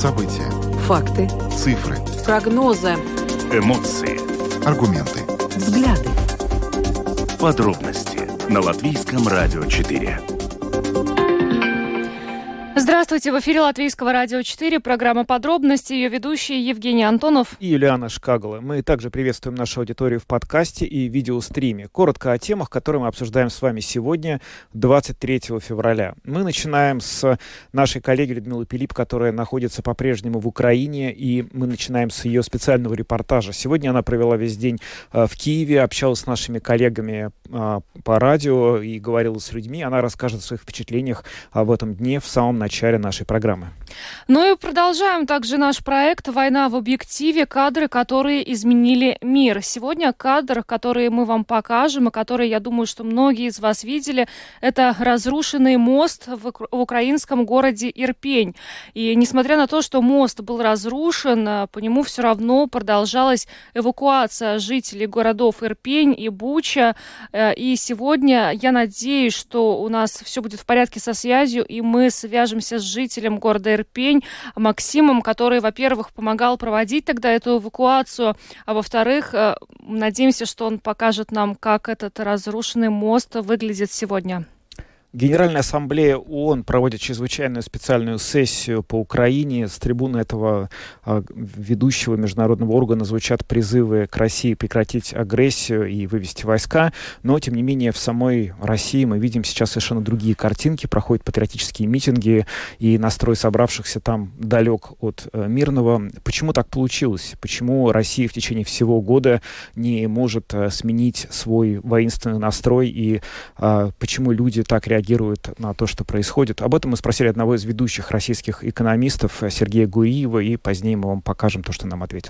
События. Факты. Цифры. Прогнозы. Эмоции. Аргументы. Взгляды. Подробности на Латвийском радио 4. Здравствуйте, в эфире Латвийского радио 4, программа «Подробности», ее ведущие Евгений Антонов и Юлиана Шкагала. Мы также приветствуем нашу аудиторию в подкасте и видеостриме. Коротко о темах, которые мы обсуждаем с вами сегодня, 23 февраля. Мы начинаем с нашей коллеги Людмилы Пилип, которая находится по-прежнему в Украине, и мы начинаем с ее специального репортажа. Сегодня она провела весь день в Киеве, общалась с нашими коллегами по радио и говорила с людьми. Она расскажет о своих впечатлениях об этом дне в самом начале нашей программы. Ну и продолжаем также наш проект «Война в объективе. Кадры, которые изменили мир». Сегодня кадр, который мы вам покажем, и который, я думаю, что многие из вас видели, это разрушенный мост в украинском городе Ирпень. И несмотря на то, что мост был разрушен, по нему все равно продолжалась эвакуация жителей городов Ирпень и Буча. И сегодня я надеюсь, что у нас все будет в порядке со связью, и мы свяжемся с жителем города Ирпень Максимом, который, во-первых, помогал проводить тогда эту эвакуацию, а во-вторых, надеемся, что он покажет нам, как этот разрушенный мост выглядит сегодня. Генеральная ассамблея ООН проводит чрезвычайную специальную сессию по Украине. С трибуны этого ведущего международного органа звучат призывы к России прекратить агрессию и вывести войска. Но, тем не менее, в самой России мы видим сейчас совершенно другие картинки. Проходят патриотические митинги, и настрой собравшихся там далек от мирного. Почему так получилось? Почему Россия в течение всего года не может сменить свой воинственный настрой? И почему люди так реагируют на то, что происходит? Об этом мы спросили одного из ведущих российских экономистов Сергея Гуриева, и позднее мы вам покажем то, что нам ответил.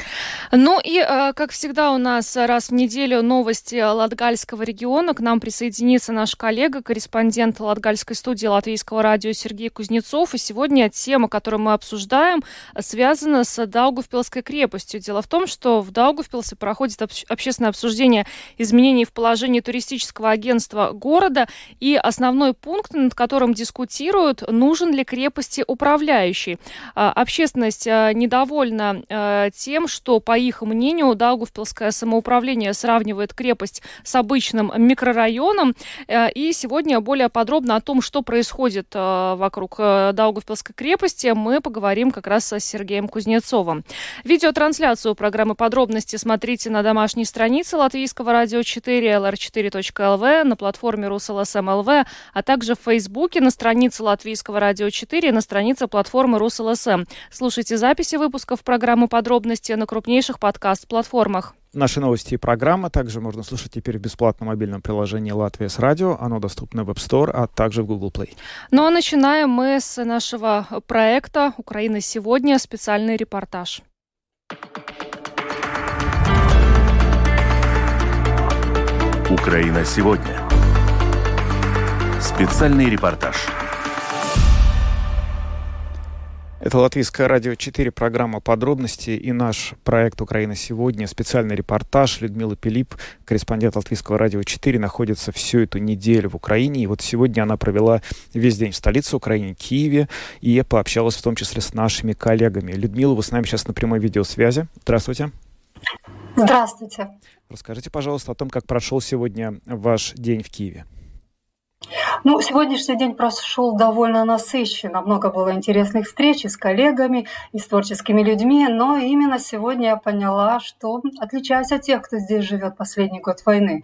Ну и, как всегда, у нас раз в неделю новости Латгальского региона. К нам присоединится наш коллега, корреспондент Латгальской студии Латвийского радио Сергей Кузнецов. И сегодня тема, которую мы обсуждаем, связана с Даугавпилской крепостью. Дело в том, что в Даугавпилсе проходит общественное обсуждение изменений в положении туристического агентства города. И основной пункт, над которым дискутируют, нужен ли крепости управляющий. Общественность недовольна тем, что, по их мнению, Даугавпилское самоуправление сравнивает крепость с обычным микрорайоном. И сегодня более подробно о том, что происходит вокруг Даугавпилской крепости, мы поговорим как раз с Сергеем Кузнецовым. Видеотрансляцию программы «Подробности» смотрите на домашней странице Латвийского радио 4, lr4.lv, на платформе RusLSM.lv, а также в Фейсбуке, на странице Латвийского радио 4 и на странице платформы RusLSM. Слушайте записи выпусков программы «Подробности» на крупнейших подкаст-платформах. Наши новости и программы также можно слушать теперь в бесплатном мобильном приложении «Латвия с радио». Оно доступно в App Store, а также в Google Play. Ну а начинаем мы с нашего проекта «Украина сегодня». Специальный репортаж. Украина сегодня. Специальный репортаж. Это Латвийское радио 4, программа «Подробности» и наш проект «Украина сегодня». Специальный репортаж. Людмила Пилип, корреспондент Латвийского радио 4, находится всю эту неделю в Украине. И вот сегодня она провела весь день в столице Украины, Киеве, и пообщалась в том числе с нашими коллегами. Людмила, вы с нами сейчас на прямой видеосвязи. Здравствуйте. Здравствуйте. Расскажите, пожалуйста, о том, как прошел сегодня ваш день в Киеве. Сегодняшний день прошел довольно насыщенно. Много было интересных встреч и с коллегами, и с творческими людьми. Но именно сегодня я поняла, что отличаюсь от тех, кто здесь живет последний год войны.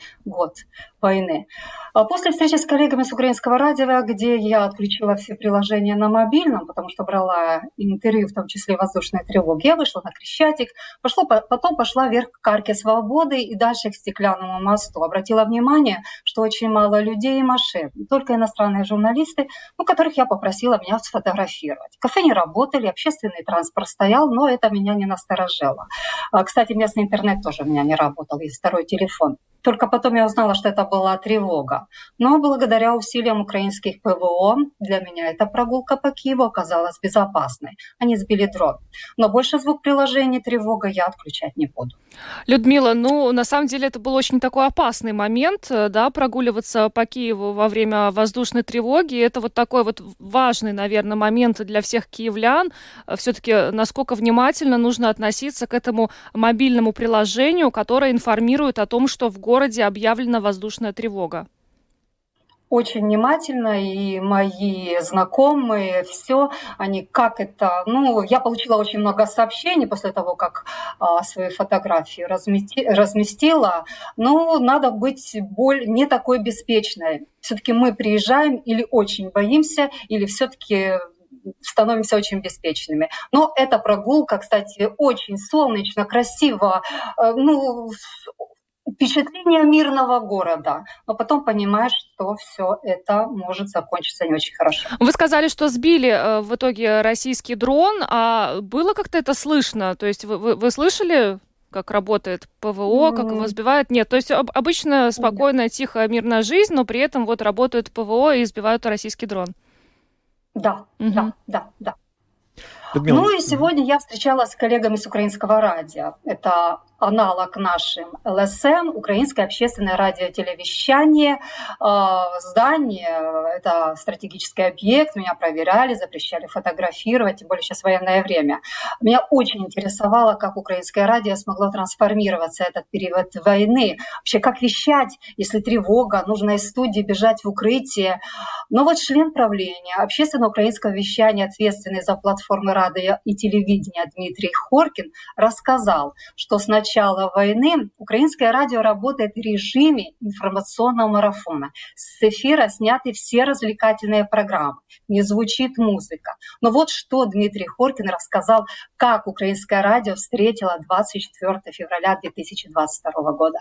После встречи с коллегами с украинского радио, где я отключила все приложения на мобильном, потому что брала интервью, в том числе воздушной тревоги, я вышла на Крещатик, потом пошла вверх к Арке Свободы и дальше к Стеклянному мосту. Обратила внимание, что очень мало людей и машин, только иностранные журналисты, которых я попросила меня сфотографировать. Кафе не работали, общественный транспорт стоял, но это меня не насторожило. Кстати, местный интернет тоже у меня не работал, есть второй телефон. Только потом я узнала, что это была тревога. Но благодаря усилиям украинских ПВО для меня эта прогулка по Киеву оказалась безопасной. Они сбили дрон. Но больше звук приложения «Тревога» я отключать не буду. Людмила, на самом деле это был очень такой опасный момент, да, прогуливаться по Киеву во время воздушной тревоги. Это вот такой вот важный, наверное, момент для всех киевлян. Все-таки насколько внимательно нужно относиться к этому мобильному приложению, которое информирует о том, что в городе объявлена воздушная тревога. Очень внимательно, и мои знакомые, они как это... я получила очень много сообщений после того, как свои фотографии разместила. Надо быть не такой беспечной. Все-таки мы приезжаем или очень боимся, или все-таки становимся очень беспечными. Но эта прогулка, кстати, очень солнечно, красиво, впечатление мирного города, но потом понимаешь, что все это может закончиться не очень хорошо. Вы сказали, что сбили в итоге российский дрон, а было как-то это слышно? То есть вы слышали, как работает ПВО, как его сбивают? Нет, то есть обычно спокойная, тихая, мирная жизнь, но при этом вот работает ПВО и сбивают российский дрон. Да. Людмила. И сегодня я встречалась с коллегами с Украинского радио. Это аналог нашим ЛСМ, Украинское общественное радиотелевещание. Здание, это стратегический объект, меня проверяли, запрещали фотографировать, тем более сейчас военное время. Меня очень интересовало, как Украинское радио смогло трансформироваться в этот период войны. Вообще, как вещать, если тревога, нужно из студии бежать в укрытие. Но вот член правления общественного украинского вещания, ответственный за платформы радио и телевидения Дмитрий Хоркин, рассказал, что с начала войны Украинское радио работает в режиме информационного марафона. С эфира сняты все развлекательные программы, не звучит музыка. Но вот что Дмитрий Хоркин рассказал, как Украинское радио встретило 24 февраля 2022 года.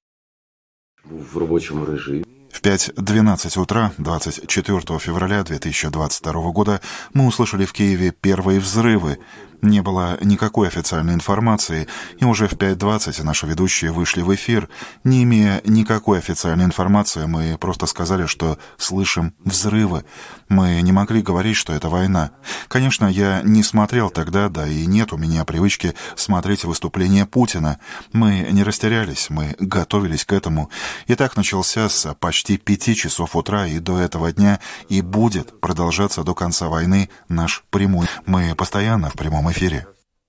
В рабочем режиме. В 5:12 утра 24 февраля 2022 года мы услышали в Киеве первые взрывы. Не было никакой официальной информации, и уже в 5:20 наши ведущие вышли в эфир. Не имея никакой официальной информации, мы просто сказали, что слышим взрывы. Мы не могли говорить, что это война. Конечно, я не смотрел тогда, да и нет у меня привычки смотреть выступления Путина. Мы не растерялись, мы готовились к этому. И так начался с почти 5 часов утра и до этого дня, и будет продолжаться до конца войны наш прямой. Мы постоянно в прямом эфире.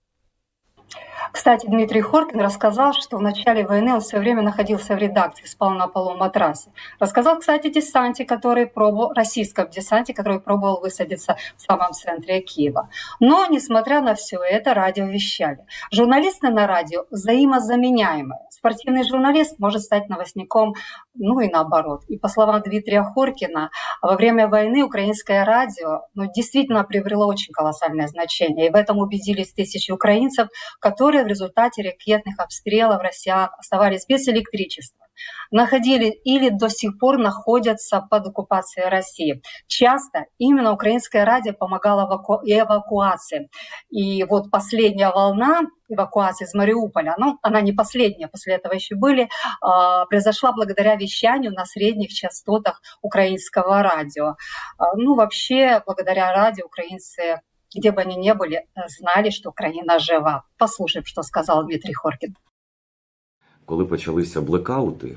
Кстати, Дмитрий Хоркин рассказал, что в начале войны он все время находился в редакции, спал на полу матрасе. Рассказал, кстати, российском десанте, который пробовал высадиться в самом центре Киева. Но, несмотря на все это, радио вещали. Журналисты на радио взаимозаменяемые. Спортивный журналист может стать новостником, и наоборот. И по словам Дмитрия Хоркина, во время войны украинское радио действительно приобрело очень колоссальное значение. И в этом убедились тысячи украинцев, которые в результате ракетных обстрелов россиян оставались без электричества, находили или до сих пор находятся под оккупацией России. Часто именно украинское радио помогало эвакуации. И вот последняя волна эвакуации из Мариуполя, она не последняя, после этого еще были, произошла благодаря вещанию на средних частотах украинского радио. Вообще, благодаря радио украинцы, где бы они ни были, знали, что Украина жива. Послушаем, что сказал Дмитрий Хоркин. Коли почалися блекаути,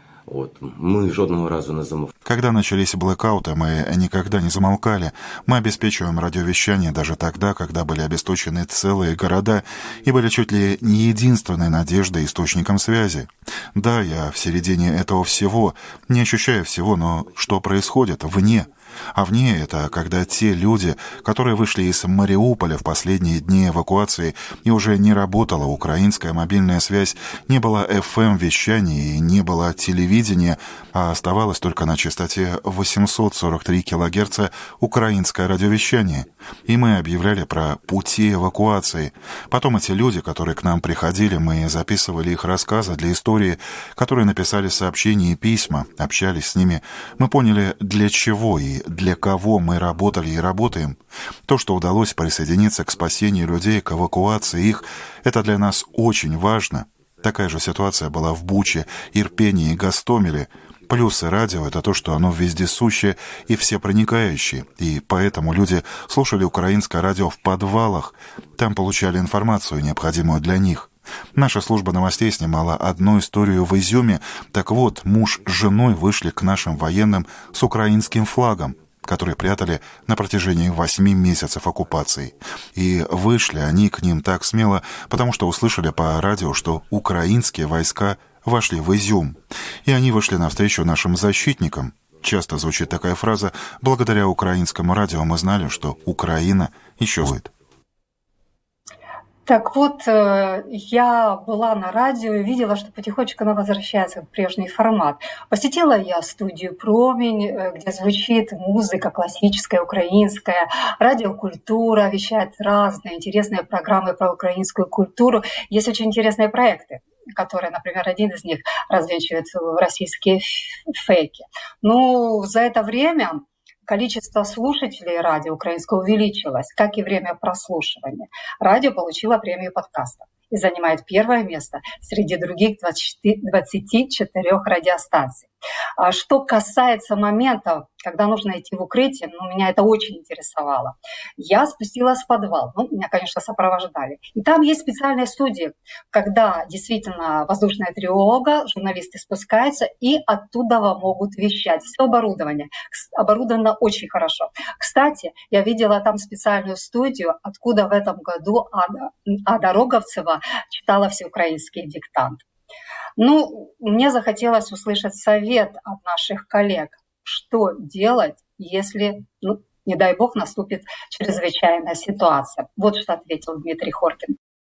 мы жодного разу не замовкали. Когда начались блэкауты, мы никогда не замолкали. Мы обеспечиваем радиовещание даже тогда, когда были обесточены целые города и были чуть ли не единственной надеждой источником связи. Да, я в середине этого всего, не ощущаю всего, но что происходит вне? А вне это когда те люди, которые вышли из Мариуполя в последние дни эвакуации, и уже не работала украинская мобильная связь, не было FM-вещания и не было телевидения, а оставалось только на частоте 843 кГц украинское радиовещание. И мы объявляли про пути эвакуации. Потом эти люди, которые к нам приходили, мы записывали их рассказы для истории, которые написали сообщения и письма, общались с ними. Мы поняли, для чего и для кого мы работали и работаем. То, что удалось присоединиться к спасению людей, к эвакуации их, это для нас очень важно. Такая же ситуация была в Буче, Ирпене и Гостомеле. Плюсы радио — это то, что оно вездесущее и всепроникающее, и поэтому люди слушали украинское радио в подвалах, там получали информацию, необходимую для них. Наша служба новостей снимала одну историю в Изюме. Так вот, муж с женой вышли к нашим военным с украинским флагом, который прятали на протяжении 8 месяцев оккупации. И вышли они к ним так смело, потому что услышали по радио, что украинские войска вошли в Изюм. И они вышли навстречу нашим защитникам. Часто звучит такая фраза: «Благодаря украинскому радио мы знали, что Украина еще будет». Так вот, я была на радио и видела, что потихонечку она возвращается в прежний формат. Посетила я студию «Промень», где звучит музыка классическая, украинская, радиокультура, вещает разные интересные программы про украинскую культуру. Есть очень интересные проекты, которые, например, один из них развенчивает российские фейки. Ну, за это время количество слушателей радио украинского увеличилось, как и время прослушивания. Радио получило премию подкаста и занимает первое место среди других 24 радиостанций. А что касается моментов, когда нужно идти в укрытие, меня это очень интересовало. Я спустилась в подвал, меня, конечно, сопровождали. И там есть специальные студии, когда действительно воздушная тревога, журналисты спускаются и оттуда могут вещать. Все оборудование оборудовано очень хорошо. Кстати, я видела там специальную студию, откуда в этом году Ада Роговцева читала всеукраинский диктант. Мне захотелось услышать совет от наших коллег, что делать, если, не дай бог, наступит чрезвычайная ситуація. Вот що ответил Дмитрий Хоркін.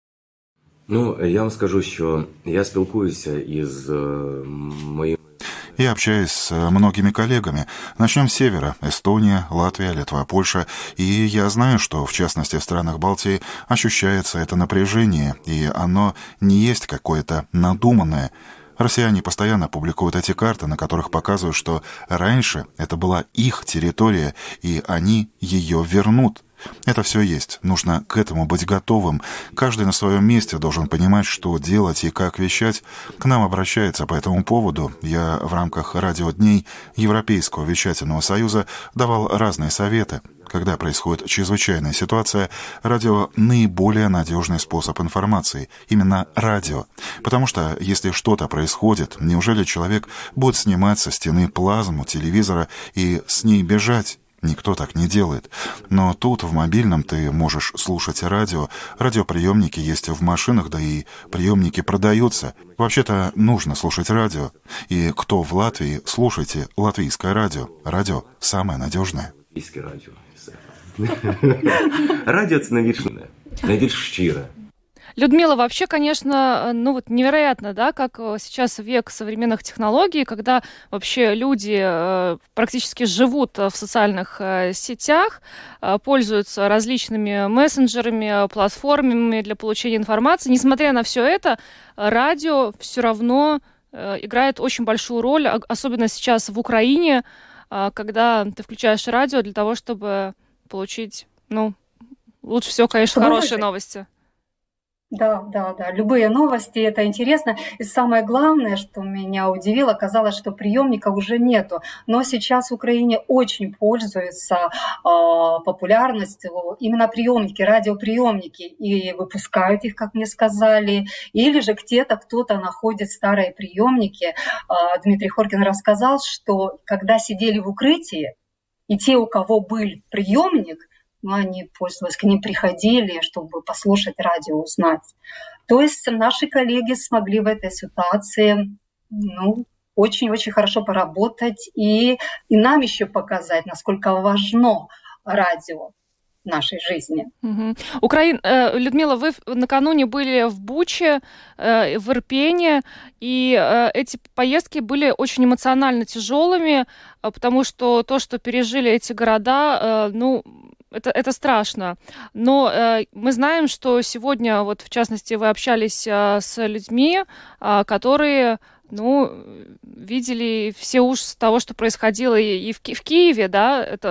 Я вам скажу, що я спілкуюся із моїм... Я общаюсь с многими коллегами. Начнем с севера. Эстония, Латвия, Литва, Польша. И я знаю, что, в частности, в странах Балтии ощущается это напряжение, и оно не есть какое-то надуманное. Россияне постоянно публикуют эти карты, на которых показывают, что раньше это была их территория, и они ее вернут. Это все есть. Нужно к этому быть готовым. Каждый на своем месте должен понимать, что делать и как вещать. К нам обращается по этому поводу. Я в рамках радиодней Европейского вещательного союза давал разные советы. Когда происходит чрезвычайная ситуация, радио – наиболее надежный способ информации. Именно радио. Потому что, если что-то происходит, неужели человек будет снимать со стены плазму телевизора и с ней бежать? Никто так не делает. Но тут в мобильном ты можешь слушать радио. Радиоприемники есть в машинах, да и приемники продаются. Вообще-то нужно слушать радио. И кто в Латвии, слушайте латвийское радио. Радио самое надежное. Радио. Радио – це найбільш щире. Людмила, вообще, конечно, невероятно, да, как сейчас век современных технологий, когда вообще люди практически живут в социальных сетях, пользуются различными мессенджерами, платформами для получения информации. Несмотря на все это, радио все равно играет очень большую роль, особенно сейчас в Украине, когда ты включаешь радио для того, чтобы получить, лучше всего, конечно, хорошие новости. Да. Любые новости, это интересно. И самое главное, что меня удивило, казалось, что приемников уже нету. Но сейчас в Украине очень пользуются популярностью именно приемники, радиоприемники. И выпускают их, как мне сказали. Или же где-то кто-то находит старые приемники. Дмитрий Хоркін рассказал, что когда сидели в укрытии, и те, у кого был приемник, они пользовались, к ним приходили, чтобы послушать радио, узнать. То есть наши коллеги смогли в этой ситуации очень-очень хорошо поработать и нам еще показать, насколько важно радио в нашей жизни. Людмила, вы накануне были в Буче, в Ирпене, и эти поездки были очень эмоционально тяжелыми, потому что то, что пережили эти города, это страшно. Но мы знаем, что сегодня, в частности, вы общались с людьми, которые, видели все ужасы того, что происходило и в Киеве, да, это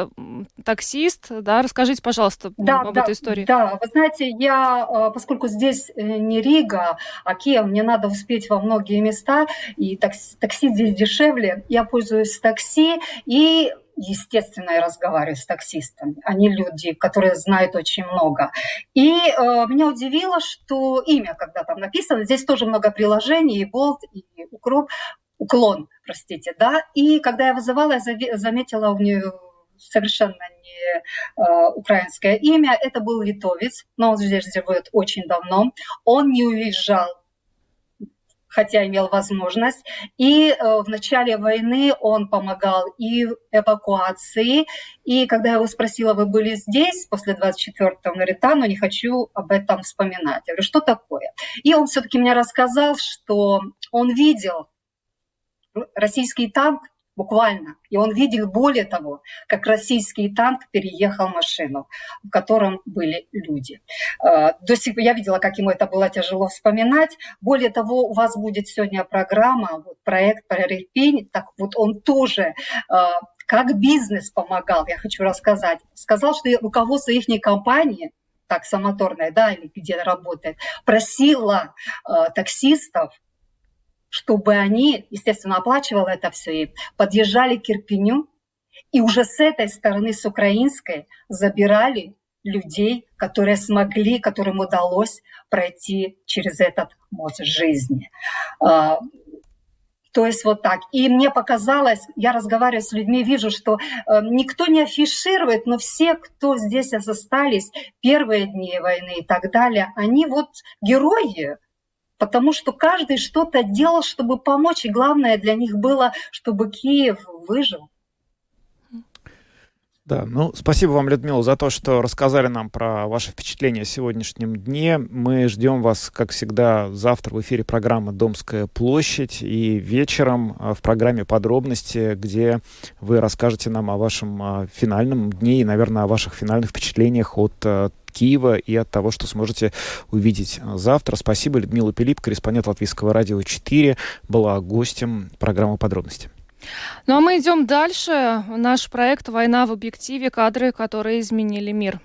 таксист, да, расскажите, пожалуйста, об этой истории. Да, вы знаете, я, поскольку здесь не Рига, а Киев, мне надо успеть во многие места, и такси здесь дешевле, я пользуюсь такси, и, естественно, я разговариваю с таксистами. Они люди, которые знают очень много. И меня удивило, что имя, когда там написано, здесь тоже много приложений, и Bolt, и Уклон, простите, да. И когда я вызывала, я заметила у нее совершенно не украинское имя. Это был литовец, но он здесь живет очень давно. Он не уезжал, хотя имел возможность. И в начале войны он помогал и в эвакуации. И когда я его спросила, вы были здесь после 24-го, он говорит, да, но не хочу об этом вспоминать. Я говорю, что такое? И он все-таки мне рассказал, что он видел российский танк буквально. И он видел, более того, как российский танк переехал машину, в котором были люди. До сих пор я видела, как ему это было тяжело вспоминать. Более того, у вас будет сегодня программа, проект про Ирпень. Так вот он тоже как бизнес помогал, я хочу рассказать. Сказал, что руководство их компании, таксомоторной, да, или где работает, просило таксистов, чтобы они, естественно, оплачивали это все, и подъезжали к Ирпеню, и уже с этой стороны, с украинской, забирали людей, которые смогли, которым удалось пройти через этот мост жизни. То есть вот так. И мне показалось, я разговариваю с людьми, вижу, что никто не афиширует, но все, кто здесь остались, первые дни войны и так далее, они вот герои, потому что каждый что-то делал, чтобы помочь, и главное для них было, чтобы Киев выжил. Да, спасибо вам, Людмила, за то, что рассказали нам про ваши впечатления о сегодняшнем дне. Мы ждем вас, как всегда, завтра в эфире программы «Домская площадь» и вечером в программе «Подробности», где вы расскажете нам о вашем финальном дне и, наверное, о ваших финальных впечатлениях от Киева и от того, что сможете увидеть завтра. Спасибо. Людмила Пилип, корреспондент Латвийского радио 4, была гостем программы «Подробности». Ну а мы идем дальше. Наш проект «Война в объективе. Кадры, которые изменили мир».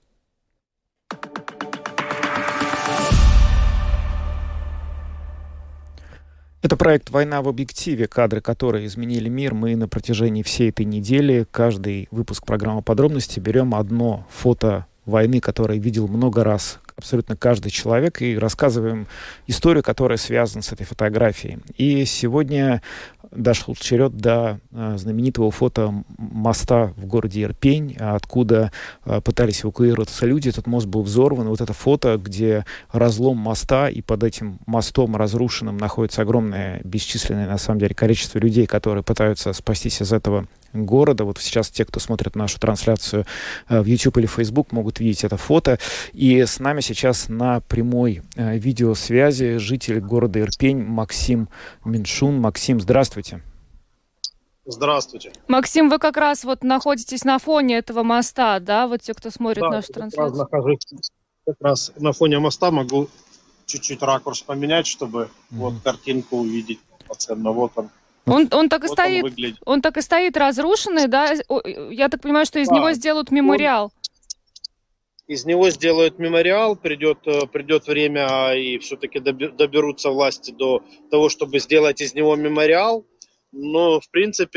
Это проект «Война в объективе. Кадры, которые изменили мир». Мы на протяжении всей этой недели, каждый выпуск программы «Подробности» берем одно фото войны, которое видел много раз абсолютно каждый человек, и рассказываем историю, которая связана с этой фотографией. И сегодня дошел черед до знаменитого фото моста в городе Ирпень, откуда пытались эвакуироваться люди. Этот мост был взорван. И вот это фото, где разлом моста, и под этим мостом разрушенным находится огромное, бесчисленное, на самом деле, количество людей, которые пытаются спастись из этого города. Вот сейчас те, кто смотрит нашу трансляцию в YouTube или Facebook, могут видеть это фото. И с нами сейчас на прямой видеосвязи житель города Ирпень Максим Меньшун. Максим, здравствуйте. Здравствуйте. Максим, вы как раз вот находитесь на фоне этого моста, да? Вот те, кто смотрит нашу трансляцию. Как раз на фоне моста могу чуть-чуть ракурс поменять, чтобы вот картинку увидеть полноценно. Вот он. Он так и стоит разрушенный, да? Я так понимаю, что из него сделают мемориал. Из него сделают мемориал, придет время, и все-таки доберутся власти до того, чтобы сделать из него мемориал. Но, в принципе,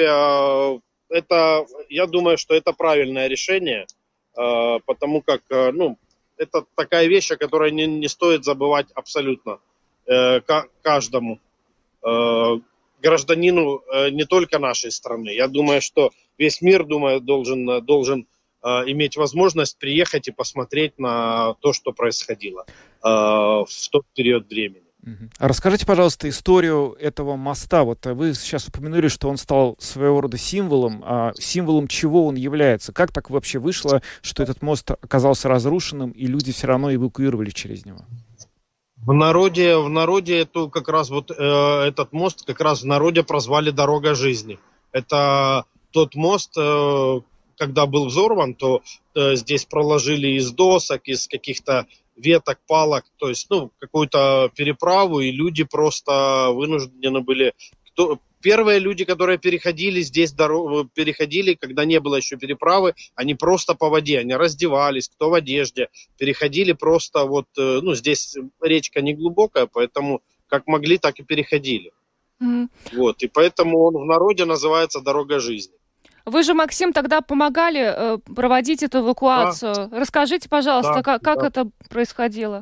я думаю, что это правильное решение, потому как, это такая вещь, о которой не стоит забывать абсолютно каждому гражданину не только нашей страны. Я думаю, что весь мир, должен иметь возможность приехать и посмотреть на то, что происходило в тот период времени. Расскажите, пожалуйста, историю этого моста. Вот вы сейчас упомянули, что он стал своего рода символом. А символом чего он является? Как так вообще вышло, что этот мост оказался разрушенным, и люди все равно эвакуировали через него? В народе это как раз этот мост как раз в народе прозвали «Дорога жизни». Это тот мост, когда был взорван, то здесь проложили из досок, из каких-то веток, палок, то есть, какую-то переправу, и люди просто вынуждены были, первые люди, которые переходили здесь переходили, когда не было еще переправы, они просто по воде, они раздевались, кто в одежде, переходили просто вот, ну, здесь речка не глубокая, поэтому как могли, так и переходили. Вот, и поэтому он в народе называется «Дорога жизни». Вы же, Максим, тогда помогали проводить эту эвакуацию. Да. Расскажите, пожалуйста, как это происходило?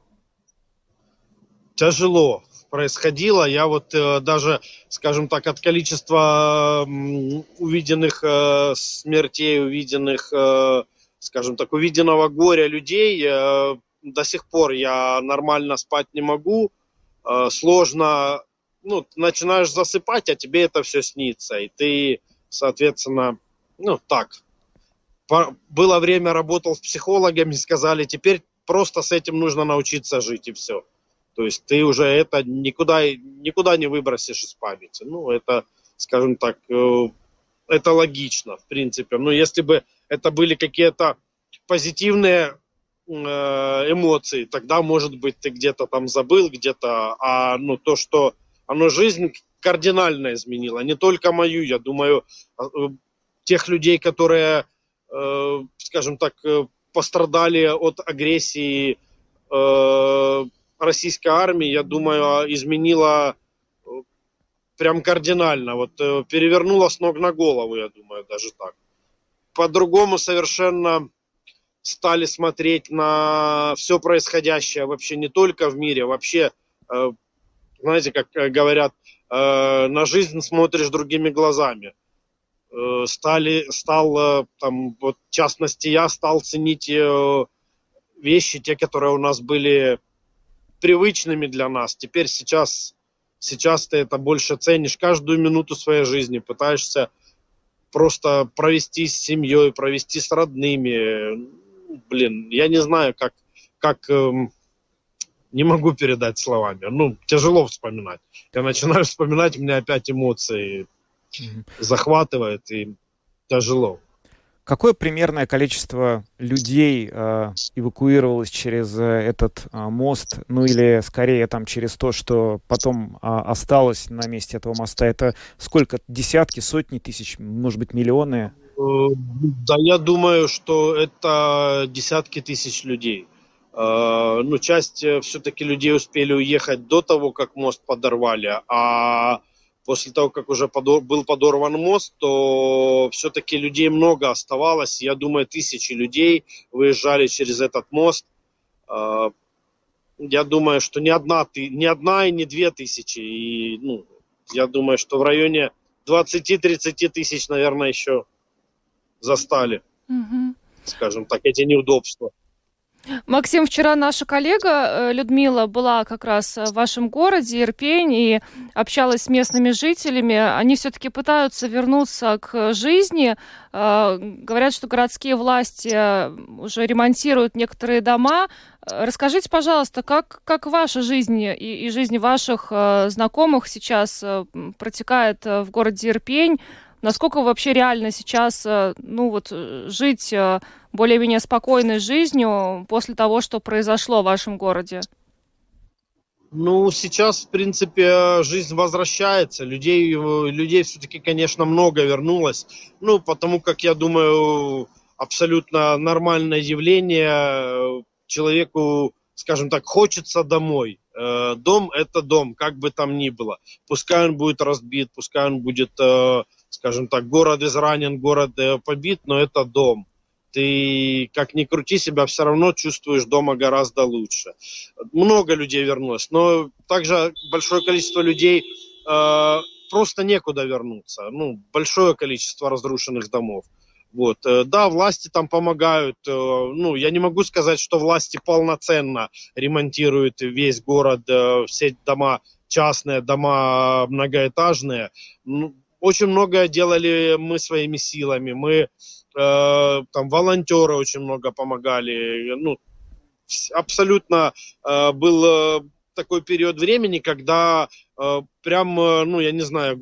Тяжело происходило. Я вот даже, скажем так, от количества увиденных смертей, увиденных, скажем так, увиденного горя людей, до сих пор я нормально спать не могу. Сложно, ну, начинаешь засыпать, а тебе это все снится. И ты, соответственно, ну, так. Было время, работал с психологами, сказали, теперь просто с этим нужно научиться жить, и все. То есть ты уже это никуда не выбросишь из памяти. Ну, это, скажем так, это логично, в принципе. Но если бы это были какие-то позитивные эмоции, тогда, может быть, ты где-то там забыл, где-то, ну, то, что оно жизнь кардинально изменило. Не только мою, я думаю, тех людей, которые, скажем так, пострадали от агрессии российской армии, я думаю, изменила прям кардинально. Вот перевернула с ног на голову, я думаю, даже так. По-другому совершенно стали смотреть на все происходящее вообще не только в мире, вообще, знаете, как говорят, на жизнь смотришь другими глазами. Стал, там, вот, в частности, я стал ценить вещи, те, которые у нас были привычными для нас. Теперь сейчас ты это больше ценишь. Каждую минуту своей жизни пытаешься просто провести с семьей, провести с родными. Блин, я не знаю, как не могу передать словами. Ну, тяжело вспоминать. Я начинаю вспоминать, у меня опять эмоции захватывает, и тяжело. Какое примерное количество людей эвакуировалось через этот мост, ну или скорее там через то, что потом осталось на месте этого моста? Это сколько? Десятки, сотни тысяч, может быть, миллионы? Да, я думаю, что это десятки тысяч людей. Ну, часть все-таки людей успели уехать до того, как мост подорвали, а после того, как уже был подорван мост, то все-таки людей много оставалось. Я думаю, тысячи людей выезжали через этот мост. Я думаю, что не одна и не 2000. И, ну, я думаю, что в районе 20-30 тысяч, наверное, еще застали, скажем так, эти неудобства. Максим, вчера наша коллега Людмила была как раз в вашем городе, Ирпень, и общалась с местными жителями. Они все-таки пытаются вернуться к жизни. Говорят, что городские власти уже ремонтируют некоторые дома. Расскажите, пожалуйста, как ваша жизнь и жизнь ваших знакомых сейчас протекает в городе Ирпень? Насколько вообще реально сейчас, ну вот, жить более-менее спокойной жизнью после того, что произошло в вашем городе? Ну, сейчас, в принципе, жизнь возвращается. Людей все-таки, конечно, много вернулось. Ну, потому как, я думаю, абсолютно нормальное явление. Человеку, скажем так, хочется домой. Дом – это дом, как бы там ни было. Пускай он будет разбит, пускай он будет, скажем так, город изранен, город побит, но это дом. Ты, как ни крути себя, все равно чувствуешь дома гораздо лучше. Много людей вернулось, но также большое количество людей просто некуда вернуться. Ну, большое количество разрушенных домов. Вот. Да, власти там помогают. Ну, я не могу сказать, что власти полноценно ремонтируют весь город, все дома частные, дома многоэтажные. Очень многое делали мы своими силами. Мы там волонтеры очень много помогали. Ну, абсолютно был такой период времени, когда прям, ну, я не знаю,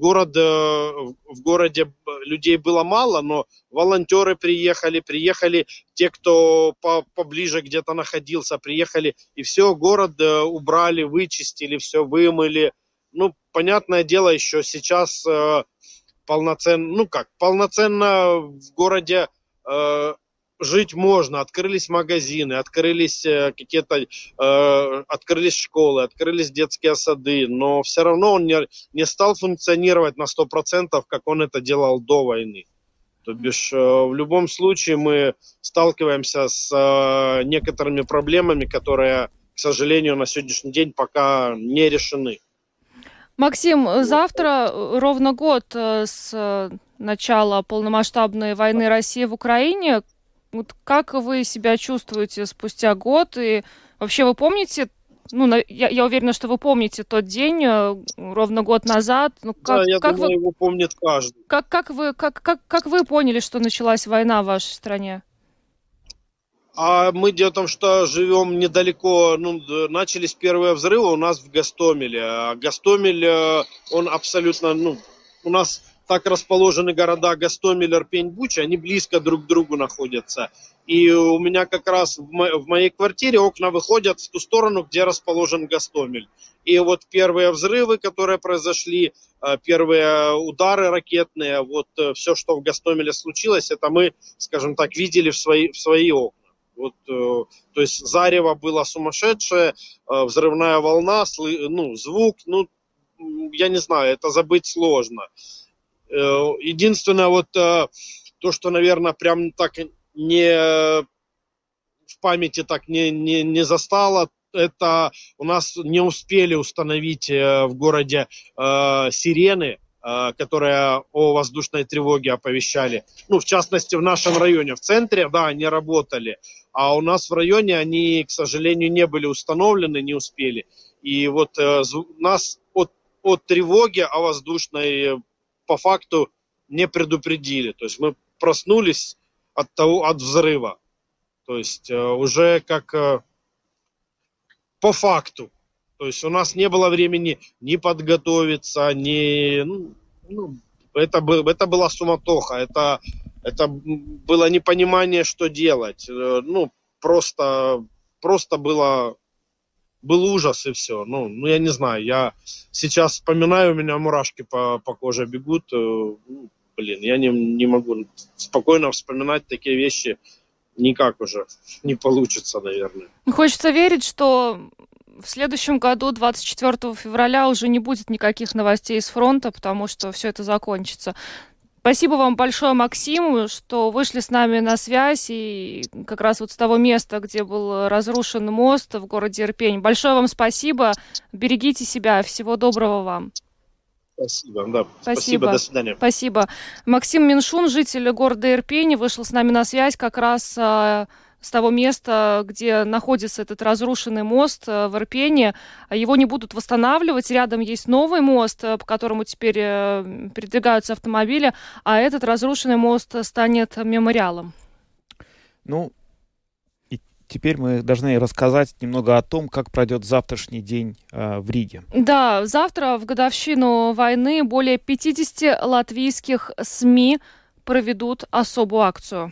в городе людей было мало, но волонтеры приехали те, кто поближе где-то находился, приехали, и все, город убрали, вычистили, все вымыли. понятное дело, еще сейчас полноценно в городе жить можно. Открылись магазины, открылись открылись школы, открылись детские сады, но все равно он не стал функционировать на 100%, как он это делал до войны. То бишь, в любом случае мы сталкиваемся с некоторыми проблемами, которые, к сожалению, на сегодняшний день пока не решены. Максим, завтра ровно год с начала полномасштабной войны России в Украине. Вот как вы себя чувствуете спустя год? И вообще вы помните, я уверена, что вы помните тот день ровно год назад. Думаю, его помнит каждый. Как вы поняли, что началась война в вашей стране? А мы дело в том, что живем недалеко, начались первые взрывы у нас в Гостомеле. А Гостомель, он абсолютно, у нас так расположены города Гостомель, Ирпень, Буча, они близко друг к другу находятся. И у меня как раз в моей квартире окна выходят в ту сторону, где расположен Гостомель. И вот первые взрывы, которые произошли, первые удары ракетные, вот все, что в Гостомеле случилось, это мы, скажем так, видели в свои окна. Вот, то есть зарево было сумасшедшее, взрывная волна, звук, я не знаю, это забыть сложно. Единственное, то, что, наверное, прям так не в памяти так не застало, это у нас не успели установить в городе сирены, которые о воздушной тревоге оповещали. В частности, в нашем районе, в центре, да, они работали, а у нас в районе они, к сожалению, не были установлены, не успели. И вот нас от тревоги о воздушной по факту не предупредили. То есть мы проснулись от взрыва. То есть уже как по факту. То есть у нас не было времени ни подготовиться, это была суматоха, это было непонимание, что делать. Просто был ужас и все. Я не знаю, я сейчас вспоминаю, у меня мурашки по коже бегут. Я не могу спокойно вспоминать такие вещи. Никак уже не получится, наверное. Хочется верить, что в следующем году, 24 февраля, уже не будет никаких новостей с фронта, потому что все это закончится. Спасибо вам большое, Максим, что вышли с нами на связь и как раз вот с того места, где был разрушен мост в городе Ирпень. Большое вам спасибо. Берегите себя. Всего доброго вам. Спасибо, да. Спасибо, до свидания. Спасибо. Максим Меньшун, житель города Ирпень, вышел с нами на связь как раз с того места, где находится этот разрушенный мост в Ирпене. Его не будут восстанавливать. Рядом есть новый мост, по которому теперь передвигаются автомобили, а этот разрушенный мост станет мемориалом. И теперь мы должны рассказать немного о том, как пройдет завтрашний день в Риге. Да, завтра в годовщину войны более 50 латвийских СМИ проведут особую акцию.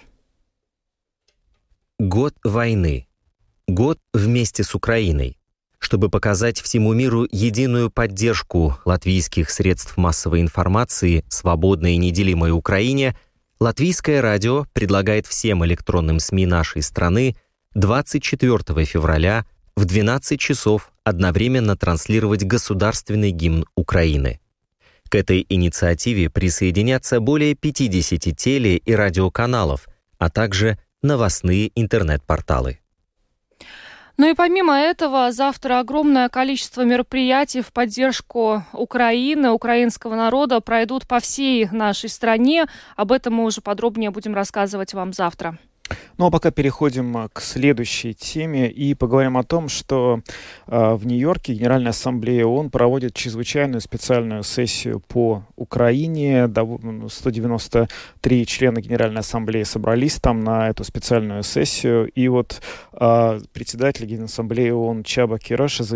Год войны. Год вместе с Украиной. Чтобы показать всему миру единую поддержку латвийских средств массовой информации свободной и неделимой Украине, Латвийское радио предлагает всем электронным СМИ нашей страны 24 февраля в 12 часов одновременно транслировать государственный гимн Украины. К этой инициативе присоединятся более 50 теле- и радиоканалов, а также новостные интернет-порталы. И помимо этого, завтра огромное количество мероприятий в поддержку Украины, украинского народа пройдут по всей нашей стране. Об этом мы уже подробнее будем рассказывать вам завтра. А пока переходим к следующей теме и поговорим о том, что в Нью-Йорке Генеральная Ассамблея ООН проводит чрезвычайную специальную сессию по Украине. 193 члена Генеральной Ассамблеи собрались там на эту специальную сессию. И вот председатель Генассамблеи ООН Чаба Кирош заявил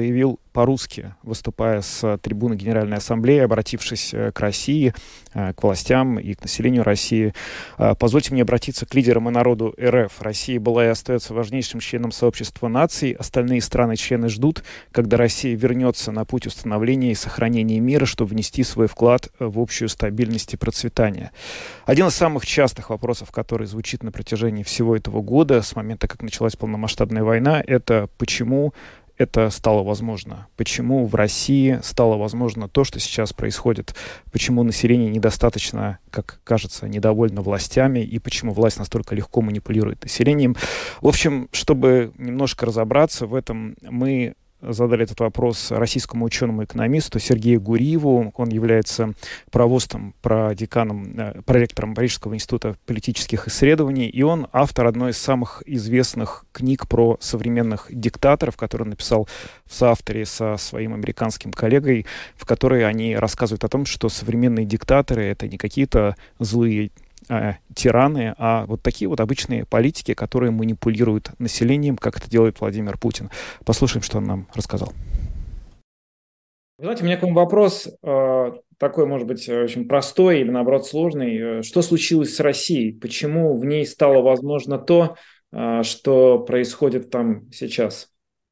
по-русски, выступая с трибуны Генеральной Ассамблеи, обратившись к России, к властям и к населению России. Позвольте мне обратиться к лидерам и народу РФ. Россия была и остается важнейшим членом сообщества наций. Остальные страны-члены ждут, когда Россия вернется на путь установления и сохранения мира, чтобы внести свой вклад в общую стабильность и процветание. Один из самых частых вопросов, который звучит на протяжении всего этого года, с момента, как началась полномасштабная война, это почему это стало возможно? Почему в России стало возможно то, что сейчас происходит? Почему население недостаточно, как кажется, недовольно властями? И почему власть настолько легко манипулирует населением? В общем, чтобы немножко разобраться в этом, мы задали этот вопрос российскому ученому-экономисту Сергею Гуриеву. Он является провостом, проректором Парижского института политических исследований, и он автор одной из самых известных книг про современных диктаторов, которую он написал в соавторе со своим американским коллегой, в которой они рассказывают о том, что современные диктаторы — это не какие-то злые тираны, а вот такие вот обычные политики, которые манипулируют населением, как это делает Владимир Путин. Послушаем, что он нам рассказал. Знаете, у меня к вам вопрос такой, может быть, очень простой или, наоборот, сложный. Что случилось с Россией? Почему в ней стало возможно то, что происходит там сейчас?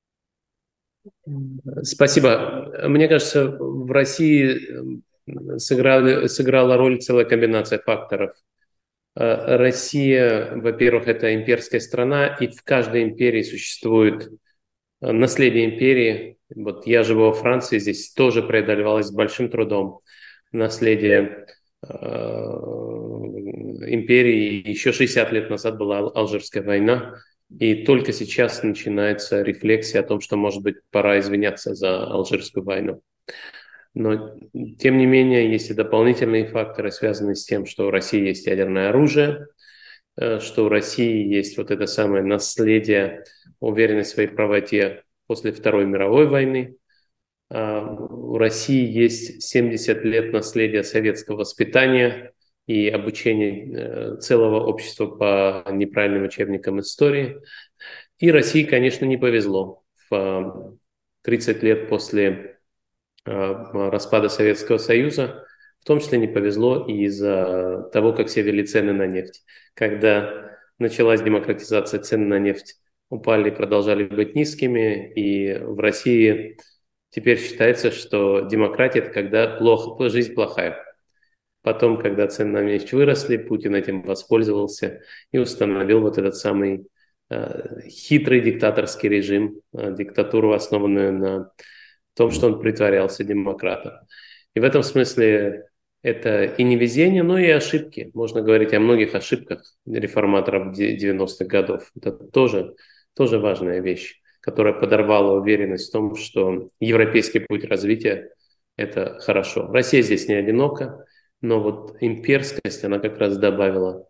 Спасибо. Мне кажется, в России сыграла роль целая комбинация факторов. Россия, во-первых, это имперская страна, и в каждой империи существует наследие империи. Вот я живу во Франции, здесь тоже преодолевалось с большим трудом наследие империи. Еще 60 лет назад была Алжирская война, и только сейчас начинается рефлексия о том, что, может быть, пора извиняться за Алжирскую войну. Но, тем не менее, есть и дополнительные факторы, связанные с тем, что у России есть ядерное оружие, что у России есть вот это самое наследие, уверенность в своей правоте после Второй мировой войны. У России есть 70 лет наследия советского воспитания и обучения целого общества по неправильным учебникам истории. И России, конечно, не повезло. В 30 лет после распада Советского Союза, в том числе не повезло и из-за того, как все вели цены на нефть. Когда началась демократизация, цены на нефть упали и продолжали быть низкими, и в России теперь считается, что демократия – это когда жизнь плохая. Потом, когда цены на нефть выросли, Путин этим воспользовался и установил вот этот самый хитрый диктаторский режим, диктатуру, основанную на том, что он притворялся демократом. И в этом смысле это и невезение, но и ошибки. Можно говорить о многих ошибках реформаторов 90-х годов. Это тоже важная вещь, которая подорвала уверенность в том, что европейский путь развития – это хорошо. Россия здесь не одинока, но вот имперскость, она как раз добавила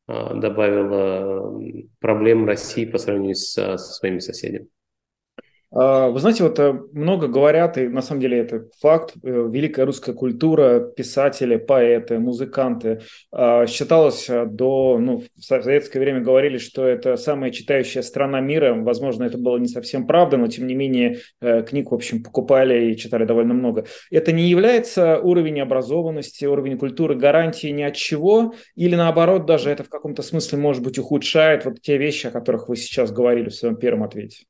проблем России по сравнению со своими соседями. Вы знаете, вот много говорят, и на самом деле это факт, великая русская культура, писатели, поэты, музыканты. Считалось в советское время говорили, что это самая читающая страна мира. Возможно, это было не совсем правда, но тем не менее книг, в общем, покупали и читали довольно много. Это не является уровень образованности, уровень культуры гарантией ни от чего? Или наоборот, даже это в каком-то смысле, может быть, ухудшает вот те вещи, о которых вы сейчас говорили в своем первом ответе?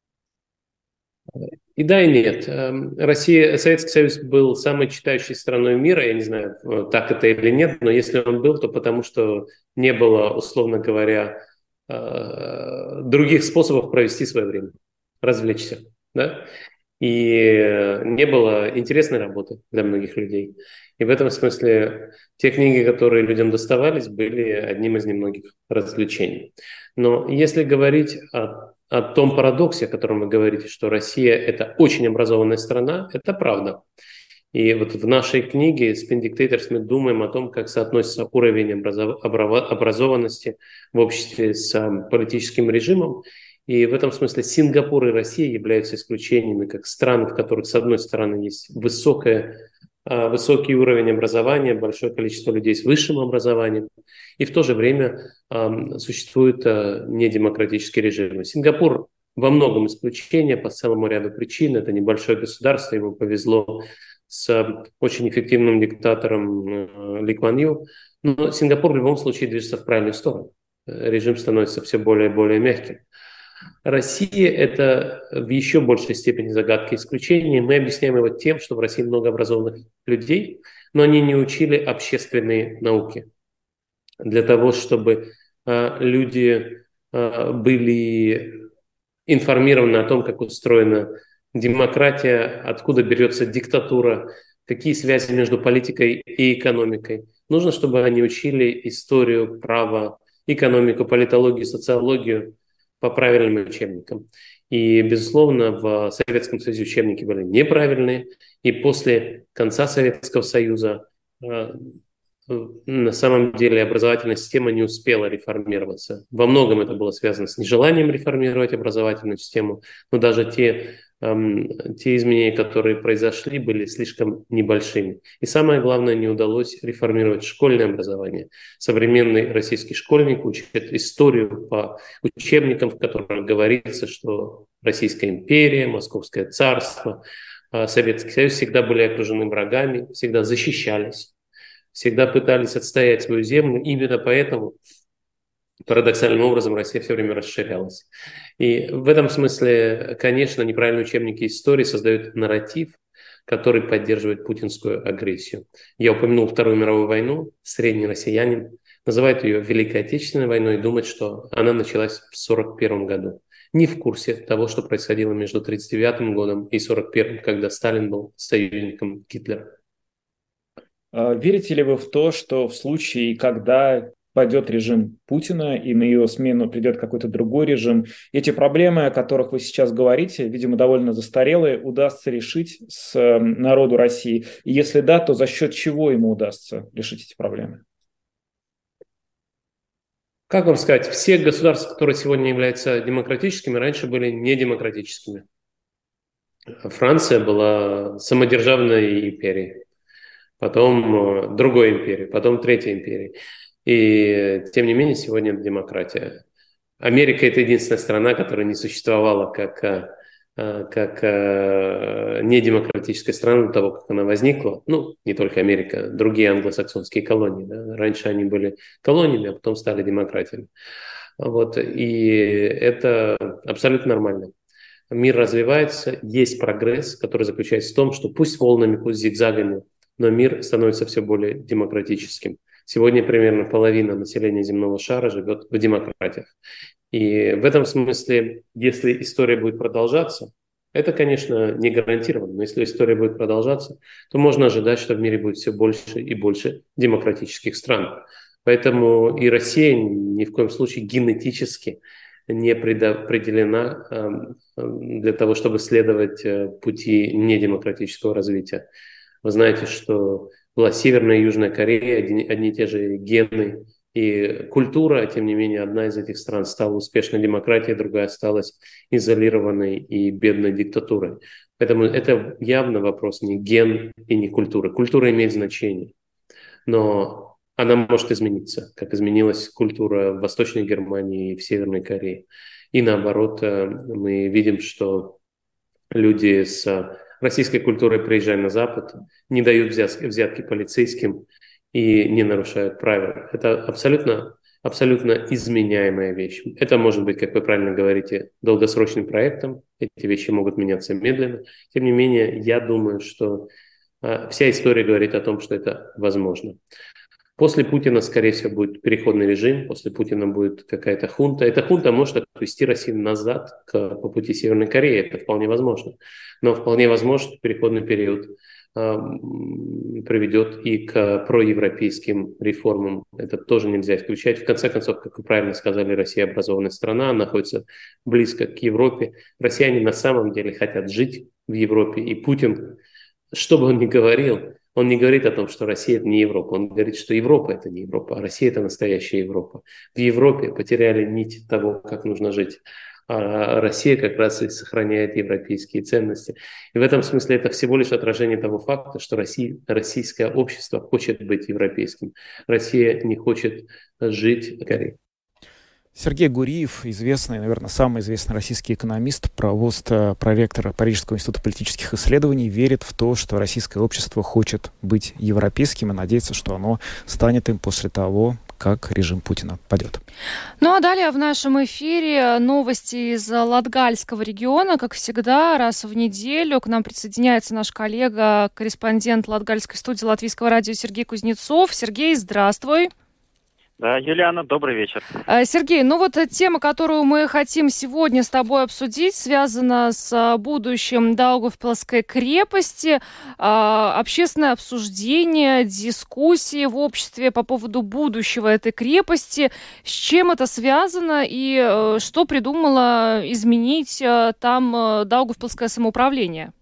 И да, и нет. Советский Союз был самой читающей страной мира. Я не знаю, так это или нет, но если он был, то потому что не было, условно говоря, других способов провести свое время, развлечься. Да? И не было интересной работы для многих людей. И в этом смысле те книги, которые людям доставались, были одним из немногих развлечений. Но если говорить о том парадоксе, о котором вы говорите, что Россия – это очень образованная страна, это правда. И вот в нашей книге «Spin Dictators» мы думаем о том, как соотносится уровень образованности в обществе с политическим режимом. И в этом смысле Сингапур и Россия являются исключениями, как страны, в которых, с одной стороны, есть высокий уровень образования, большое количество людей с высшим образованием, и в то же время существуют недемократические режимы. Сингапур во многом исключение по целому ряду причин. Это небольшое государство, ему повезло с очень эффективным диктатором Ли Куан Ю. Но Сингапур в любом случае движется в правильную сторону. Режим становится все более и более мягким. Россия – это в еще большей степени загадка исключения. Мы объясняем его тем, что в России много образованных людей, но они не учили общественные науки. Для того, чтобы люди были информированы о том, как устроена демократия, откуда берется диктатура, какие связи между политикой и экономикой. Нужно, чтобы они учили историю, право, экономику, политологию, социологию по правильным учебникам. И, безусловно, в Советском Союзе учебники были неправильные, и после конца Советского Союза на самом деле образовательная система не успела реформироваться. Во многом это было связано с нежеланием реформировать образовательную систему, но даже те изменения, которые произошли, были слишком небольшими. И самое главное, не удалось реформировать школьное образование. Современный российский школьник учит историю по учебникам, в которых говорится, что Российская империя, Московское царство, Советский Союз всегда были окружены врагами, всегда защищались, всегда пытались отстоять свою землю. Именно поэтому парадоксальным образом Россия все время расширялась. И в этом смысле, конечно, неправильные учебники истории создают нарратив, который поддерживает путинскую агрессию. Я упомянул Вторую мировую войну. Средний россиянин называет ее Великой Отечественной войной и думает, что она началась в 1941 году. Не в курсе того, что происходило между 1939 годом и 1941, когда Сталин был союзником Гитлера. Верите ли вы в то, что в случае, когда пойдет режим Путина и на его смену придет какой-то другой режим, эти проблемы, о которых вы сейчас говорите, видимо, довольно застарелые, удастся решить с народу России? И если да, то за счет чего ему удастся решить эти проблемы? Как вам сказать, все государства, которые сегодня являются демократическими, раньше были недемократическими. Франция была самодержавной империей, потом другой империей, потом третьей империей. И тем не менее сегодня это демократия. Америка – это единственная страна, которая не существовала как недемократическая страна до того, как она возникла. Ну, не только Америка, другие англосаксонские колонии. Да? Раньше они были колониями, а потом стали демократиями. Вот. И это абсолютно нормально. Мир развивается, есть прогресс, который заключается в том, что пусть волнами, пусть зигзагами, но мир становится все более демократическим. Сегодня примерно половина населения земного шара живет в демократиях. И в этом смысле, если история будет продолжаться, это, конечно, не гарантированно, но если история будет продолжаться, то можно ожидать, что в мире будет все больше и больше демократических стран. Поэтому и Россия ни в коем случае генетически не предопределена для того, чтобы следовать пути недемократического развития. Вы знаете, что была Северная и Южная Корея, одни и те же гены и культура, тем не менее, одна из этих стран стала успешной демократией, другая осталась изолированной и бедной диктатурой. Поэтому это явно вопрос не ген и не культура. Культура имеет значение, но она может измениться, как изменилась культура в Восточной Германии и в Северной Корее. И наоборот, мы видим, что люди с российской культурой, приезжая на Запад, не дают взятки полицейским и не нарушают правила. Это абсолютно изменяемая вещь. Это может быть, как вы правильно говорите, долгосрочным проектом. Эти вещи могут меняться медленно. Тем не менее, я думаю, что вся история говорит о том, что это возможно. После Путина, скорее всего, будет переходный режим, после Путина будет какая-то хунта. Эта хунта может отвести Россию назад по пути Северной Кореи, это вполне возможно. Но вполне возможно, что переходный период приведет и к проевропейским реформам. Это тоже нельзя исключать. В конце концов, как вы правильно сказали, Россия образованная страна, находится близко к Европе. Россияне на самом деле хотят жить в Европе, и Путин, что бы он ни говорил, он не говорит о том, что Россия – это не Европа. Он говорит, что Европа – это не Европа, а Россия – это настоящая Европа. В Европе потеряли нить того, как нужно жить. А Россия как раз и сохраняет европейские ценности. И в этом смысле это всего лишь отражение того факта, что российское общество хочет быть европейским. Россия не хочет жить в Корее. Сергей Гуриев, известный, наверное, самый известный российский экономист, проректор Парижского института политических исследований, верит в то, что российское общество хочет быть европейским и надеется, что оно станет им после того, как режим Путина падет. Ну а далее в нашем эфире новости из Латгальского региона. Как всегда, раз в неделю к нам присоединяется наш коллега, корреспондент Латгальской студии Латвийского радио Сергей Кузнецов. Сергей, здравствуй. Да, Юлиана, добрый вечер. Сергей, ну вот тема, которую мы хотим сегодня с тобой обсудить, связана с будущим Даугавпилской крепости. Общественное обсуждение, дискуссии в обществе по поводу будущего этой крепости. С чем это связано и что придумало изменить там Даугавпилское самоуправление?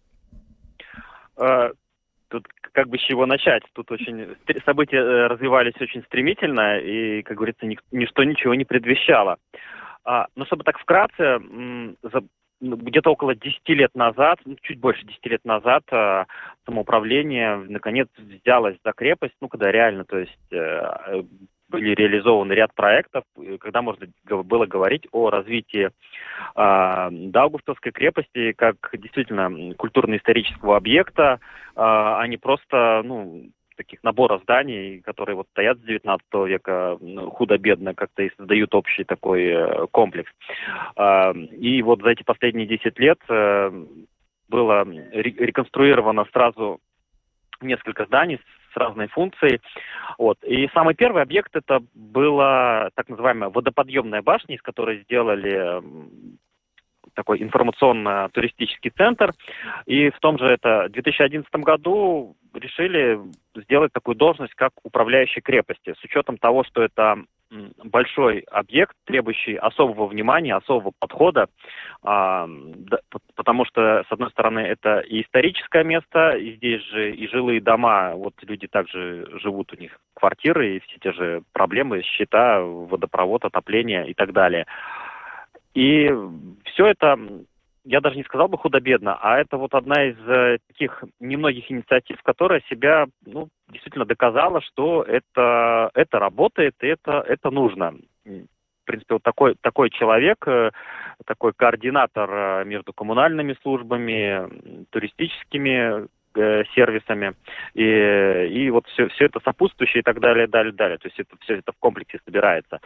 Тут как бы с чего начать? Тут очень события развивались очень стремительно, и, как говорится, ничто ничего не предвещало. Но чтобы так вкратце, где-то около 10 лет назад, чуть больше 10 лет назад, самоуправление наконец взялось за крепость, когда реально, то есть были реализованы ряд проектов, когда можно было говорить о развитии Даугавпилской крепости как действительно культурно-исторического объекта, а не просто, таких набора зданий, которые вот стоят с 19 века худо-бедно как-то и создают общий такой комплекс. И вот за эти последние 10 лет было реконструировано сразу несколько зданий с разной функцией. И самый первый объект это была так называемая водоподъемная башня, из которой сделали такой информационно-туристический центр. И в том же 2011 году решили сделать такую должность, как управляющий крепости, с учетом того, что это большой объект, требующий особого внимания, особого подхода, потому что, с одной стороны, это и историческое место, и здесь же и жилые дома, вот люди также живут, у них квартиры, и все те же проблемы, счета, водопровод, отопление и так далее. И все это, я даже не сказал бы худо-бедно, а это вот одна из таких немногих инициатив, которая себя, действительно доказала, что это работает и это нужно. В принципе, вот такой человек, такой координатор между коммунальными службами, туристическими сервисами и вот все это сопутствующее и так далее, далее. То есть все это в комплексе собирается.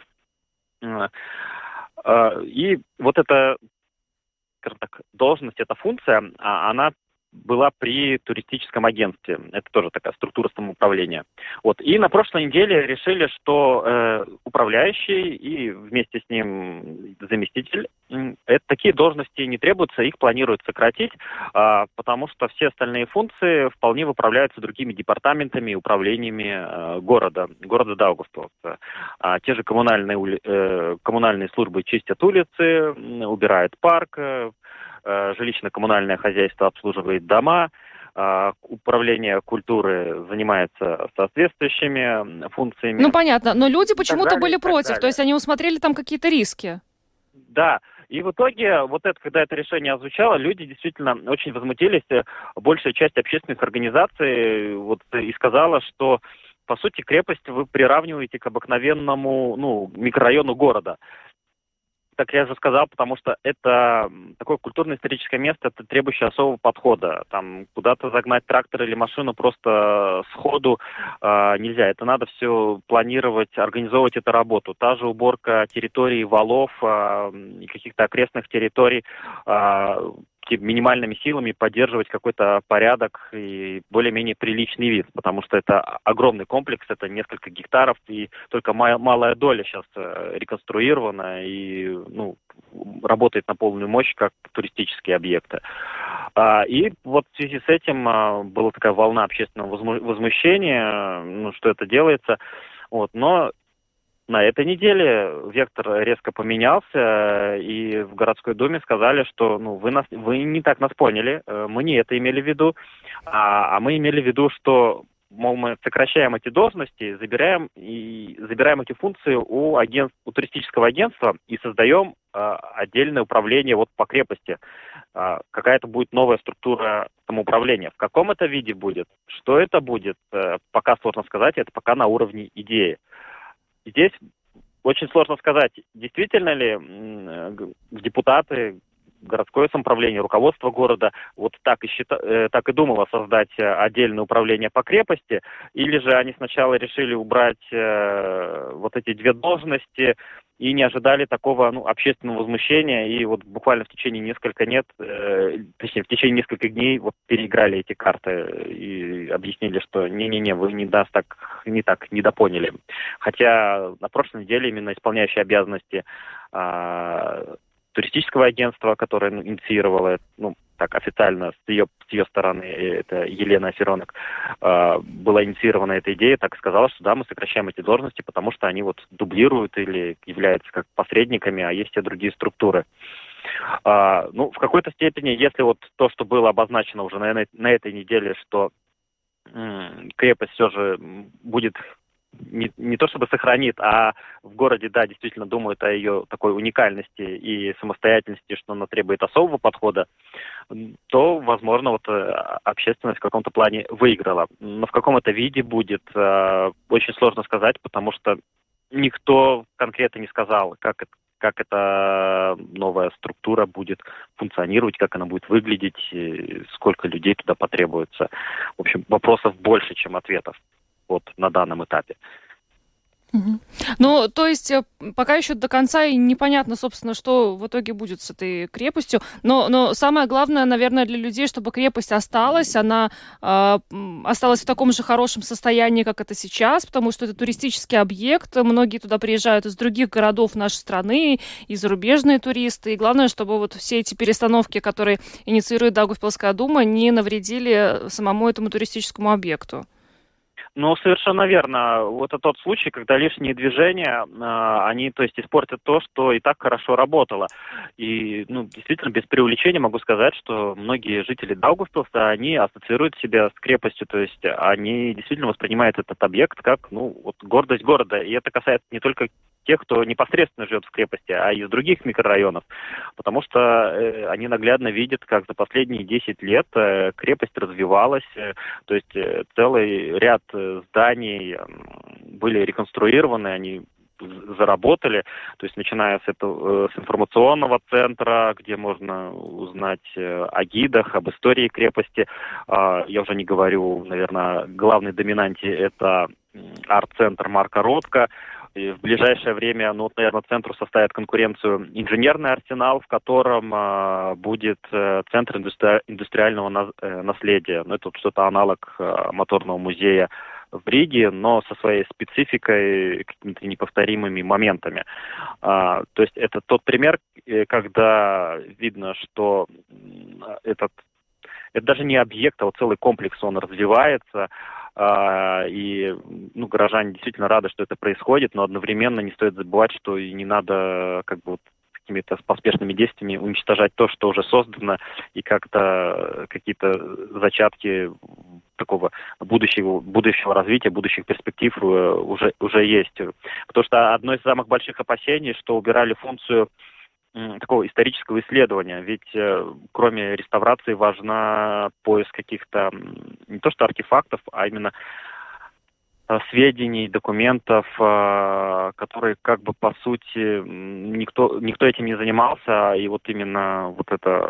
И вот эта, скажем так, должность, эта функция, она была при туристическом агентстве. Это тоже такая структура самоуправления. И на прошлой неделе решили, что управляющий и вместе с ним заместитель, такие должности не требуются, их планируют сократить, потому что все остальные функции вполне выправляются другими департаментами и управлениями города Даугавпилс. Те же коммунальные службы чистят улицы, убирают парк, жилищно-коммунальное хозяйство обслуживает дома, управление культуры занимается соответствующими функциями. Понятно, но люди почему-то были против, то есть они усмотрели там какие-то риски. Да, и в итоге, когда это решение озвучало, люди действительно очень возмутились. Большая часть общественных организаций и сказала, что, по сути, крепость вы приравниваете к обыкновенному, микрорайону города. Так я же сказал, потому что это такое культурно-историческое место, это требующее особого подхода. Там куда-то загнать трактор или машину просто сходу нельзя. Это надо все планировать, организовывать эту работу. Та же уборка территорий валов и каких-то окрестных территорий минимальными силами поддерживать какой-то порядок и более-менее приличный вид, потому что это огромный комплекс, это несколько гектаров, и только малая доля сейчас реконструирована и работает на полную мощь как туристические объекты. И в связи с этим была такая волна общественного возмущения, что это делается. Но на этой неделе вектор резко поменялся, и в городской думе сказали, что вы не так нас поняли, мы не это имели в виду, а мы имели в виду, что, мы сокращаем эти должности, забираем эти функции у туристического агентства и создаем отдельное управление по крепости. Какая-то будет новая структура самоуправления. В каком это виде будет, что это будет, пока сложно сказать, это пока на уровне идеи. Здесь очень сложно сказать, действительно ли депутаты, городское самоуправление, руководство города вот так и думало создать отдельное управление по крепости, или же они сначала решили убрать вот эти две должности и не ожидали такого общественного возмущения, и вот буквально в течение нескольких дней вот переиграли эти карты и объяснили, что не-не-не, вы не недопоняли. Хотя на прошлой неделе именно исполняющий обязанности туристического агентства, которое инициировало, так официально с ее стороны, это Елена Феронок, была инициирована эта идея, так сказала, что да, мы сокращаем эти должности, потому что они вот дублируют или являются как посредниками, а есть и другие структуры. В какой-то степени, если вот то, что было обозначено уже на этой неделе, что крепость все же будет не то чтобы сохранит, а в городе, да, действительно думают о ее такой уникальности и самостоятельности, что она требует особого подхода, то, возможно, вот общественность в каком-то плане выиграла. Но в каком это виде будет, очень сложно сказать, потому что никто конкретно не сказал, как эта новая структура будет функционировать, как она будет выглядеть, сколько людей туда потребуется. В общем, вопросов больше, чем ответов. Вот на данном этапе. Ну, то есть, пока еще до конца и непонятно, собственно, что в итоге будет с этой крепостью. Но самое главное, наверное, для людей, чтобы крепость осталась, она осталась в таком же хорошем состоянии, как это сейчас, потому что это туристический объект, многие туда приезжают из других городов нашей страны, и зарубежные туристы. И главное, чтобы вот все эти перестановки, которые инициирует Даугавпилская дума, не навредили самому этому туристическому объекту. Ну, совершенно верно. Вот это тот случай, когда лишние движения, они, то есть, испортят то, что и так хорошо работало. И, действительно, без преувеличения могу сказать, что многие жители Даугавпилса, они ассоциируют себя с крепостью, то есть, они действительно воспринимают этот объект как, гордость города. И это касается не только тех, кто непосредственно живет в крепости, а и из других микрорайонов, потому что они наглядно видят, как за последние 10 лет крепость развивалась, то есть целый ряд зданий были реконструированы, они заработали, то есть начиная с информационного центра, где можно узнать о гидах, об истории крепости. Я уже не говорю, наверное, о главной доминанте, это арт-центр Марка Ротко. И в ближайшее время, наверное, центру составит конкуренцию инженерный арсенал, в котором будет центр индустриального наследия. Это что-то аналог моторного музея в Риге, но со своей спецификой, какими-то неповторимыми моментами. То есть это тот пример, когда видно, что это даже не объект, а вот целый комплекс, он развивается, и горожане действительно рады, что это происходит, но одновременно не стоит забывать, что и не надо какими-то поспешными действиями уничтожать то, что уже создано, и как-то какие-то зачатки такого будущего развития, будущих перспектив уже есть. Потому что одно из самых больших опасений, что убирали функцию такого исторического исследования, ведь кроме реставрации важна поиск каких-то не то что артефактов, а именно сведений, документов, которые по сути никто этим не занимался, и вот именно вот это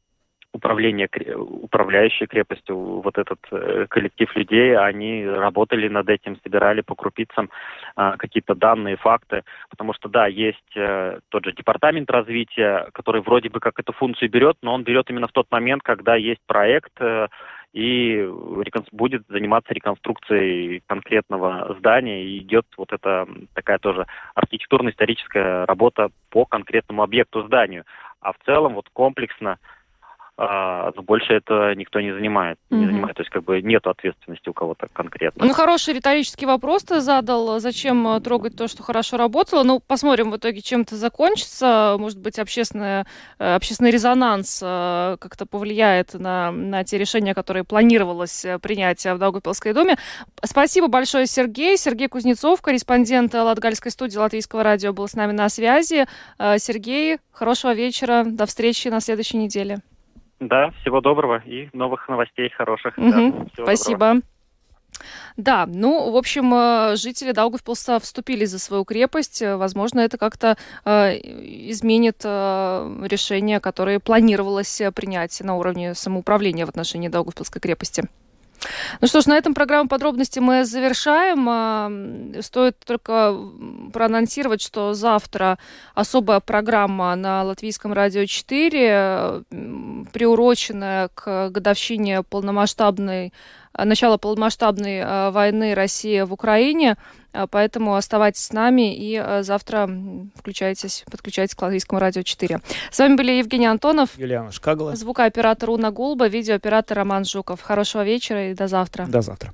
управляющая крепостью, вот этот коллектив людей, они работали над этим, собирали по крупицам какие-то данные, факты, потому что, да, есть тот же департамент развития, который вроде бы как эту функцию берет, но он берет именно в тот момент, когда есть проект и будет заниматься реконструкцией конкретного здания, и идет вот эта такая тоже архитектурно-историческая работа по конкретному объекту, зданию. А в целом вот комплексно больше это никто не занимает. То есть нету ответственности у кого-то конкретно. Хороший риторический вопрос ты задал. Зачем трогать то, что хорошо работало? Посмотрим в итоге, чем это закончится. Может быть, общественный резонанс как-то повлияет на те решения, которые планировалось принять в Даугавпилской думе. Спасибо большое, Сергей. Сергей Кузнецов, корреспондент Латгальской студии Латвийского радио, был с нами на связи. Сергей, хорошего вечера. До встречи на следующей неделе. Да, всего доброго и новых новостей хороших. Да, спасибо. Доброго. Да, ну, в общем, жители Даугавпилса вступили за свою крепость. Возможно, это как-то изменит решение, которое планировалось принять на уровне самоуправления в отношении Даугавпилской крепости. Ну что ж, на этом программу подробности мы завершаем. Стоит только проанонсировать, что завтра особая программа на Латвийском радио 4, приуроченная к годовщине начала полномасштабной войны России в Украине. Поэтому оставайтесь с нами и завтра подключайтесь к Латвийскому радио 4. С вами были Евгений Антонов, Юлиана Шкагала, звукооператор Уна Гулба, видеооператор Роман Жуков. Хорошего вечера и до завтра. До завтра.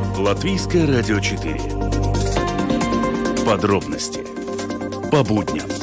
Латвийское радио 4. Подробности по будням.